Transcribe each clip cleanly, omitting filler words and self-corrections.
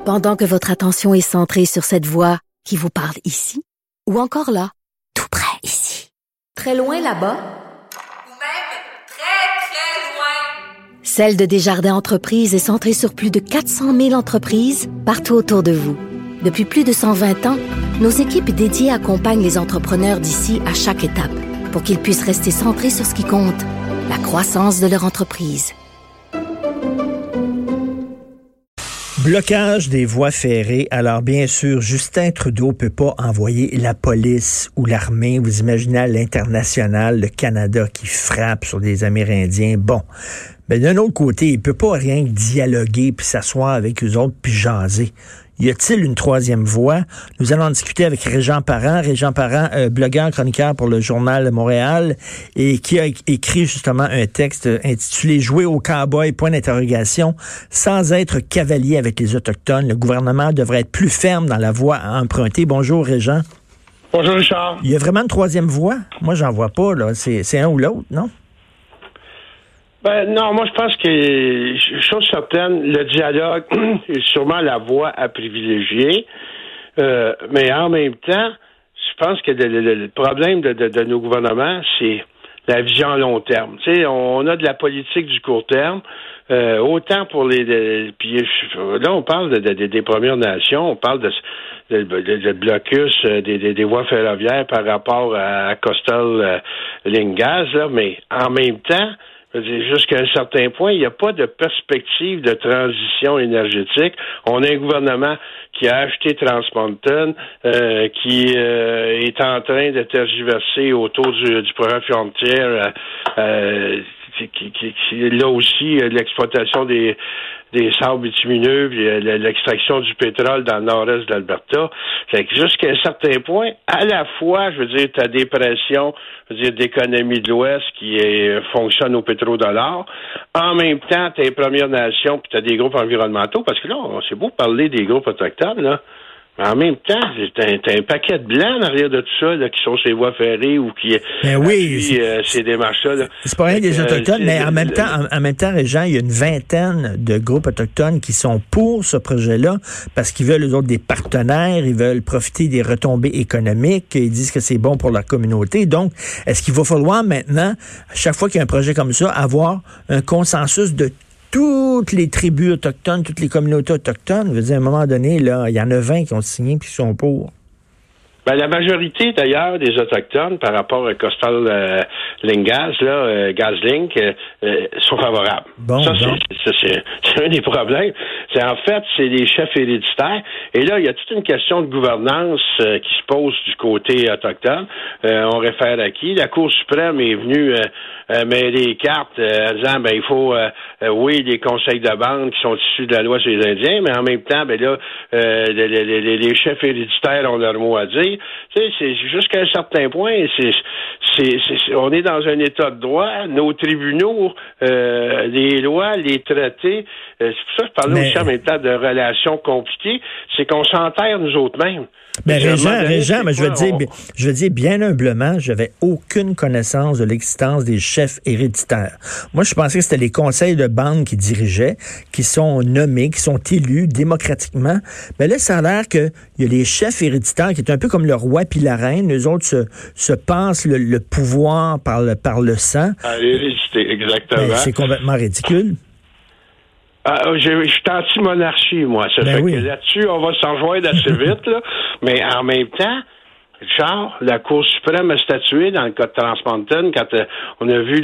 Pendant que votre attention est centrée sur cette voix qui vous parle ici, ou encore là, tout près ici, très loin là-bas, ou même très, très loin. Celle de Desjardins Entreprises est centrée sur plus de 400 000 entreprises partout autour de vous. Depuis plus de 120 ans, nos équipes dédiées accompagnent les entrepreneurs d'ici à chaque étape pour qu'ils puissent rester centrés sur ce qui compte, la croissance de leur entreprise. Blocage des voies ferrées. Alors, bien sûr, Justin Trudeau peut pas envoyer la police ou l'armée. Vous imaginez à l'international, le Canada qui frappe sur des Amérindiens. Bon. Mais d'un autre côté, il peut pas rien dialoguer puis s'asseoir avec eux autres puis jaser. Y a-t-il une troisième voie? Nous allons en discuter avec Régent Parent. Régent Parent, blogueur, chroniqueur pour le Journal de Montréal et qui a écrit justement un texte intitulé « Jouer au cow-boy, point d'interrogation, sans être cavalier avec les Autochtones. Le gouvernement devrait être plus ferme dans la voie à emprunter. » Bonjour, Régent. Bonjour, Richard. Il y a vraiment une troisième voie? Moi, j'en vois pas, là. C'est un ou l'autre, non? Non, moi je pense que, chose certaine, le dialogue est sûrement la voie à privilégier, mais en même temps, je pense que le problème de nos gouvernements, c'est la vision à long terme. Tu sais, on a de la politique du court terme, autant pour puis là on parle des Premières Nations, on parle de blocus des voies ferroviaires par rapport à Coastal Gaz, là, mais en même temps, jusqu'à un certain point, il n'y a pas de perspective de transition énergétique. On a un gouvernement qui a acheté Trans Mountain, qui est en train de tergiverser autour du programme Frontier, là aussi l'exploitation des sables bitumineux, puis l'extraction du pétrole dans le nord-est de l'Alberta. Fait que jusqu'à un certain point, à la fois, je veux dire, tu as des pressions, je veux dire, d'économie de l'Ouest qui fonctionnent au pétrodollar. En même temps, tu as les Premières Nations, puis tu as des groupes environnementaux, parce que là, c'est beau parler des groupes autochtones, là. Mais en même temps, t'as un paquet de blancs derrière de tout ça, là, qui sont sur les voies ferrées ou qui appuient ces démarches-là. Là. C'est pas rien des Autochtones, mais en même temps, Régent, il y a une vingtaine de groupes autochtones qui sont pour ce projet-là parce qu'ils veulent, eux autres, des partenaires, ils veulent profiter des retombées économiques, ils disent que c'est bon pour leur communauté. Donc, est-ce qu'il va falloir maintenant, à chaque fois qu'il y a un projet comme ça, avoir un consensus de toutes les tribus autochtones, toutes les communautés autochtones? Je veux dire, à un moment donné, là, il y en a 20 qui ont signé puis qui sont pour. Ben, la majorité, d'ailleurs, des Autochtones, par rapport à Coastal Gaz, GasLink, sont favorables. Bon, c'est un des problèmes. C'est les chefs héréditaires. Et là, il y a toute une question de gouvernance qui se pose du côté autochtone. On réfère à qui? La Cour suprême est venue mêler les cartes en disant, ben, il faut, oui, les conseils de bande qui sont issus de la loi sur les Indiens, mais en même temps, ben là, les chefs héréditaires ont leur mot à dire. Tu sais, c'est jusqu'à un certain point, on est dans un état de droit, nos tribunaux, les lois, les traités, c'est pour ça que je parlais aussi en même temps de relations compliquées, c'est qu'on s'enterre nous autres mêmes. Ben, Régent, mais je veux dire bien humblement, j'avais aucune connaissance de l'existence des chefs héréditaires. Moi, je pensais que c'était les conseils de bande qui dirigeaient, qui sont nommés, qui sont élus démocratiquement. Mais là, ça a l'air qu'il y a les chefs héréditaires qui est un peu comme le roi puis la reine. Eux autres se passent le pouvoir par le sang. À l'hérédité, exactement. Ben, c'est complètement ridicule. Je suis anti-monarchie, moi. Ça fait que là-dessus, on va s'en rejoindre assez vite, là. Mais en même temps, Richard, la Cour suprême a statué dans le cas de Trans Mountain quand on a vu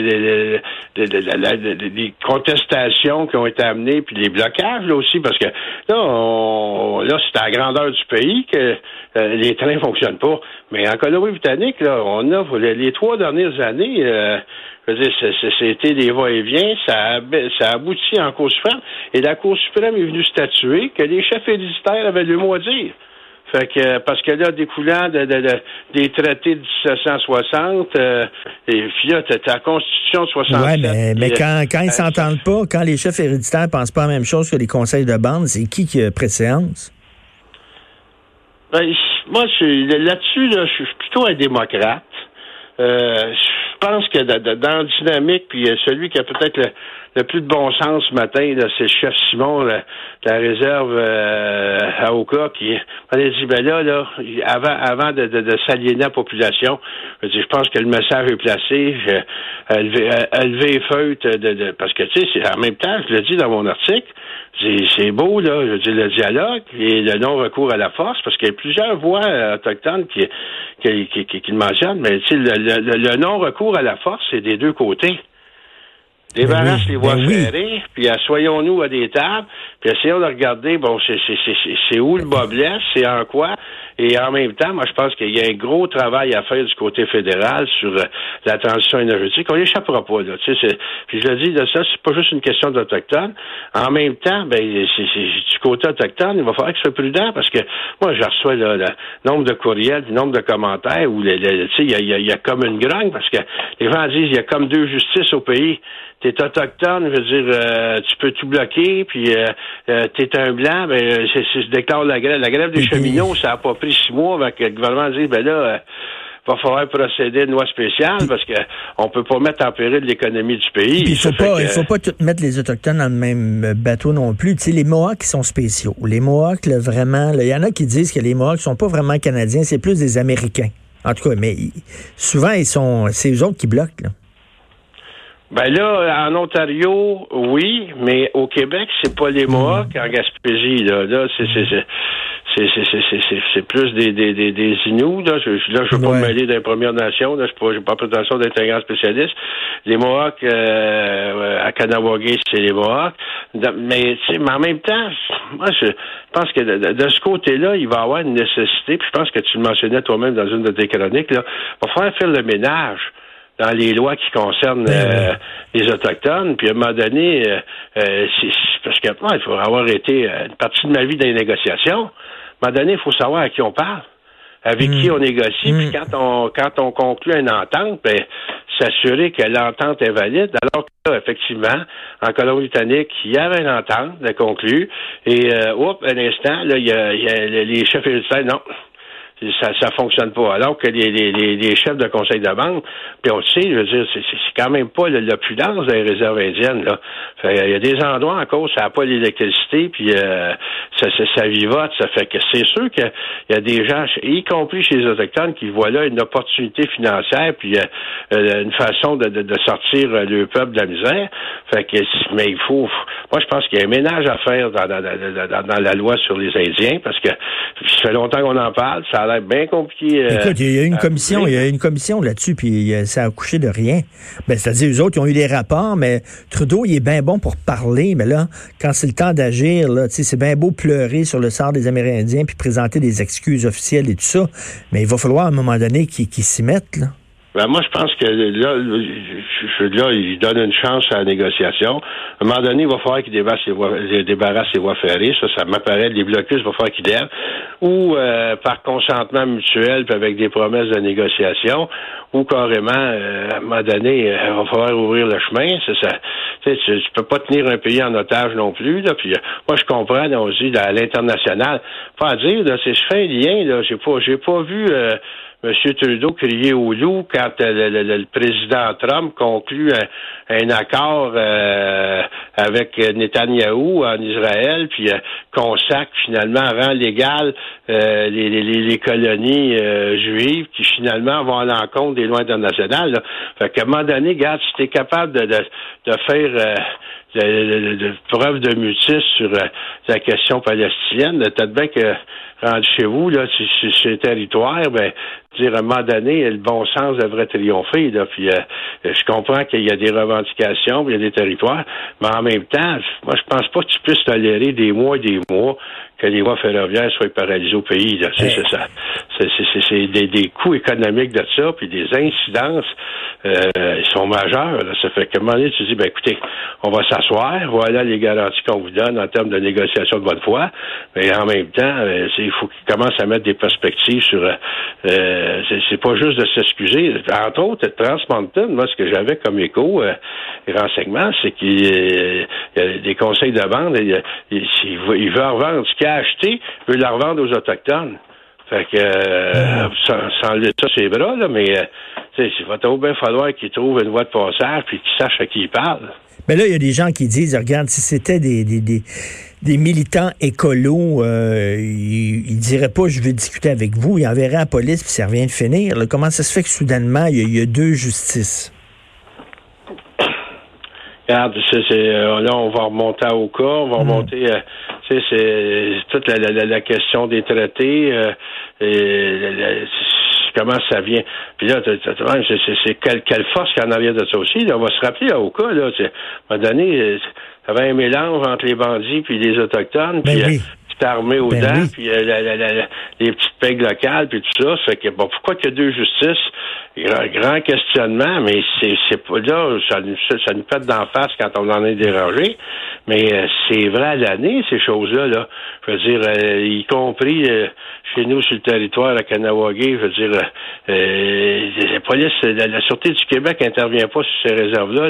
les contestations qui ont été amenées, puis les blocages là aussi, parce que là, c'est à la grandeur du pays que les trains fonctionnent pas. Mais en Colombie-Britannique, là, on a les 3 dernières années. Je veux dire, c'était des va-et-vient, ça a abouti en Cour suprême, et la Cour suprême est venue statuer que les chefs héréditaires avaient le mot à dire. Fait que, parce que là, découlant des traités de 1760, et puis là, t'as la Constitution de 67. Ouais, mais quand ils s'entendent pas, quand les chefs héréditaires pensent pas la même chose que les conseils de bande, c'est qui a préséance? Ben, moi, là-dessus, là, je suis plutôt un démocrate. Je pense que dans la dynamique, puis celui qui a peut-être le plus de bon sens ce matin, là, c'est le chef Simon, la réserve à Oka, qui a dit, ben là, avant de s'aliéner la population, je pense que le message est placé, lever les feutres, parce que, tu sais, en même temps, je le dis dans mon article, c'est beau, là, je dis le dialogue et le non-recours à la force, parce qu'il y a plusieurs voix autochtones qui le mentionnent, mais tu sais, le non-recours à la force, c'est des deux côtés. Débarrasse les voies ferrées, puis assoyons-nous à des tables, puis essayons de regarder, bon, c'est où le bas blesse, c'est en quoi, et en même temps, moi, je pense qu'il y a un gros travail à faire du côté fédéral sur la transition énergétique. On l'échappera pas, là, tu sais, puis je le dis, là, ça, c'est pas juste une question d'Autochtones. En même temps, ben, c'est du côté autochtone, il va falloir que ce soit prudent, parce que moi, je reçois le nombre de courriels, le nombre de commentaires où, tu sais, il y a comme une grogne, parce que les gens disent, il y a comme deux justices au pays. T'es autochtone, je veux dire, tu peux tout bloquer, puis t'es un blanc, ben, je déclare la grève. La grève des cheminots, ça a pas pris 6 mois avant que le gouvernement dise, ben là, va falloir procéder à une loi spéciale parce que on peut pas mettre en péril l'économie du pays. Il faut pas tout mettre les Autochtones dans le même bateau non plus. Tu sais, les Mohawks, ils sont spéciaux. Les Mohawks, là, vraiment, il y en a qui disent que les Mohawks sont pas vraiment Canadiens, c'est plus des Américains. En tout cas, mais souvent, c'est eux autres qui bloquent, là. Ben là, en Ontario, oui, mais au Québec, c'est pas les Mohawks en Gaspésie, là. Là, c'est plus des Inuits, là. Je veux pas me mêler des Premières Nations, là. J'ai pas prétention d'être un grand spécialiste. Les Mohawks, à Kahnawake, c'est les Mohawks. Mais en même temps, moi, je pense que de ce côté-là, il va y avoir une nécessité, puis je pense que tu le mentionnais toi-même dans une de tes chroniques, là. Il va falloir faire le ménage dans les lois qui concernent les Autochtones. Puis à un moment donné, parce que moi, il faut avoir été une partie de ma vie dans les négociations. À un moment donné, il faut savoir à qui on parle, avec qui on négocie. Puis quand on conclut une entente, ben s'assurer que l'entente est valide, alors que là, effectivement, en Colombie-Britannique, il y avait une entente de conclue, et un instant, là, il y a les chefs héréditaires, non. Ça fonctionne pas. Alors que les chefs de conseil de banque, puis on le sait, je veux dire, c'est quand même pas l'opulence des réserves indiennes, là. Il y a des endroits encore où ça n'a pas l'électricité, puis ça vivote. Ça fait que c'est sûr qu'il y a des gens, y compris chez les Autochtones, qui voient là une opportunité financière, puis une façon de sortir le peuple de la misère. Fait que, mais il faut, moi je pense qu'il y a un ménage à faire dans la loi sur les Indiens, parce que ça fait longtemps qu'on en parle, ça a l'air bien compliqué. Écoute, il y a une commission là-dessus, puis ça a accouché de rien. Ben, c'est-à-dire, eux autres, ils ont eu des rapports, mais Trudeau, il est bien bon pour parler, mais là, quand c'est le temps d'agir, là, tu sais, c'est bien beau pleurer sur le sort des Amérindiens puis présenter des excuses officielles et tout ça, mais il va falloir à un moment donné qu'ils s'y mettent, là. Ben moi, je pense que là, il donne une chance à la négociation. À un moment donné, il va falloir qu'il débarrasse les voies ferrées. Ça m'apparaît, les blocus, il va falloir qu'il lève. Ou par consentement mutuel, puis avec des promesses de négociation, ou carrément, à un moment donné, il va falloir ouvrir le chemin. Tu peux pas tenir un pays en otage non plus. Là. Puis moi, je comprends, là, aussi, à l'international. Pas à dire, là, je fais un lien, là, j'ai pas vu M. Trudeau crier au loup quand le président Trump conclut un accord avec Netanyahou en Israël, puis consacre finalement, rend légal les colonies juives qui finalement vont à l'encontre des lois internationales. Là. Fait qu'à un moment donné, regarde, si tu es capable de faire de preuve de mutisme sur la question palestinienne, peut-être bien que rendu chez vous, là, c'est le territoire, ben, dire à un moment donné, le bon sens devrait triompher, là, puis je comprends qu'il y a des revendications, puis il y a des territoires, mais en même temps, moi, je pense pas que tu puisses tolérer des mois et des mois que les voies ferroviaires soient paralysées au pays, là. C'est ça. C'est des coûts économiques de ça, puis des incidences, ils sont majeurs, là. Ça fait qu'à un moment donné, tu dis, ben, écoutez, on va s'asseoir, voilà les garanties qu'on vous donne en termes de négociation de bonne foi, mais en même temps, il faut qu'ils commencent à mettre des perspectives sur c'est pas juste de s'excuser. Entre autres, Trans Mountain, moi, ce que j'avais comme écho et renseignements, c'est qu'il y a des conseils de vente, il veut en revendre ce qu'il a acheté, il veut la revendre aux Autochtones. Fait que sans enlever ça sur les bras, là, mais il va trop bien falloir qu'il trouve une voie de passage puis qu'il sache à qui il parle. Mais là, il y a des gens qui disent, regarde, si c'était des militants écolos, ils diraient pas, je veux discuter avec vous, ils enverraient la police, puis ça revient de finir. Là, comment ça se fait que soudainement, il y a deux justices? Regarde, là, on va remonter au cas, on va remonter, c'est toute la question des traités, comment ça vient. Puis là, c'est quelle force qu'il y en arrière de ça aussi. Là, on va se rappeler au cas, là, à un moment donné, ça avait un mélange entre les bandits puis les Autochtones, puis petite armée aux dents, puis les petites pegues locales, puis tout ça. Ça fait que, bon, pourquoi qu'il y a deux justices? Grand questionnement, mais c'est pas là, ça nous pète d'en face quand on en est dérangé, mais c'est vrai à l'année, ces choses-là, là. Je veux dire, y compris chez nous sur le territoire à Kahnawake, je veux dire, la police, la Sûreté du Québec intervient pas sur ces réserves-là,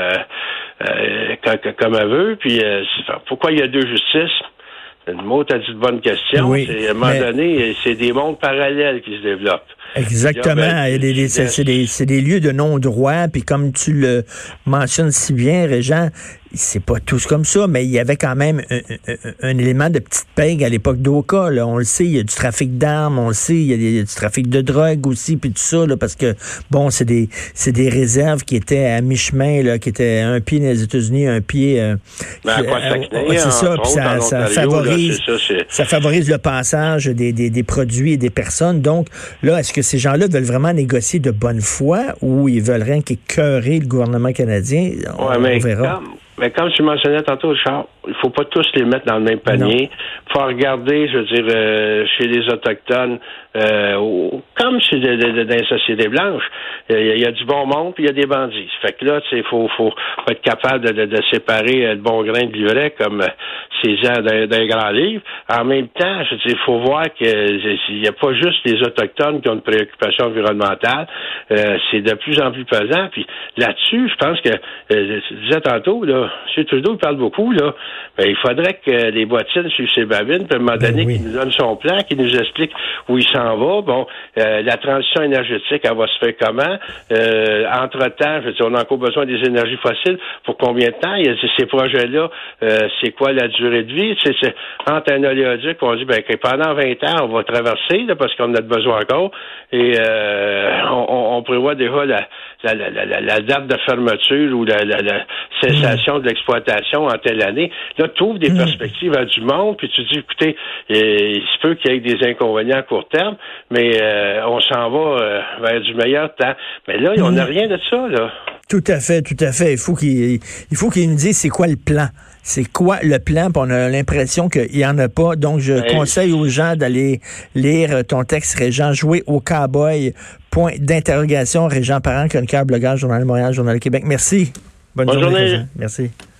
comme elle veut, puis pourquoi il y a deux justices? Le mot t'as dit de bonne question. Oui, c'est, à un moment donné, c'est des mondes parallèles qui se développent. Exactement. C'est des lieux de non-droit, puis comme tu le mentionnes si bien, Régent, c'est pas tous comme ça, mais il y avait quand même un élément de petite pègue à l'époque d'Oka. Là. On le sait, il y a du trafic d'armes, on le sait, il y a du trafic de drogue aussi, puis tout ça, là, parce que, bon, c'est des réserves qui étaient à mi-chemin, là, qui étaient un pied dans les États-Unis, un pied... c'est ça, puis ça favorise le passage des produits et des personnes. Donc, là, est-ce que ces gens-là veulent vraiment négocier de bonne foi ou ils veulent rien qu'écœurer le gouvernement canadien? On verra. Mais comme tu mentionnais tantôt, Charles, il faut pas tous les mettre dans le même panier. Il faut regarder, je veux dire, chez les Autochtones, comme chez dans les sociétés blanches, il y a du bon monde puis il y a des bandits. Fait que là, il faut être capable de séparer le bon grain de l'ivraie comme ces gens d'un grand livre. En même temps, je veux dire, il faut voir qu'il n'y a pas juste les Autochtones qui ont une préoccupation environnementale. C'est de plus en plus pesant. Puis là-dessus, je pense que, tu disais tantôt, là, M. Trudeau, il parle beaucoup, là. Ben, il faudrait que les bottines suivent ses babines, puis à un moment donné, qu'il nous donne son plan, qu'il nous explique où il s'en va. Bon, la transition énergétique, elle va se faire comment? Entre-temps, je veux dire, on a encore besoin des énergies fossiles. Pour combien de temps? Il y a ces projets-là, c'est quoi la durée de vie? C'est entre un oléoduc, on dit, ben, que pendant 20 ans, on va traverser, là, parce qu'on a besoin encore. Et, on prévoit déjà la date de fermeture ou la cessation de l'exploitation en telle année. Là, tu ouvres des perspectives à du monde, puis tu dis, écoutez, il se peut qu'il y ait des inconvénients à court terme, mais on s'en va vers du meilleur temps. Mais là, on n'a rien de ça, là. Tout à fait, tout à fait. Il faut qu'il nous dise c'est quoi le plan. C'est quoi le plan? Puis on a l'impression qu'il n'y en a pas. Donc, je conseille aux gens d'aller lire ton texte, Régent, jouer au cowboy. Point d'interrogation. Régent Parent, chroniqueur, blogueur, Journal de Montréal, Journal de Québec. Merci. Bonne journée, Régent. Merci.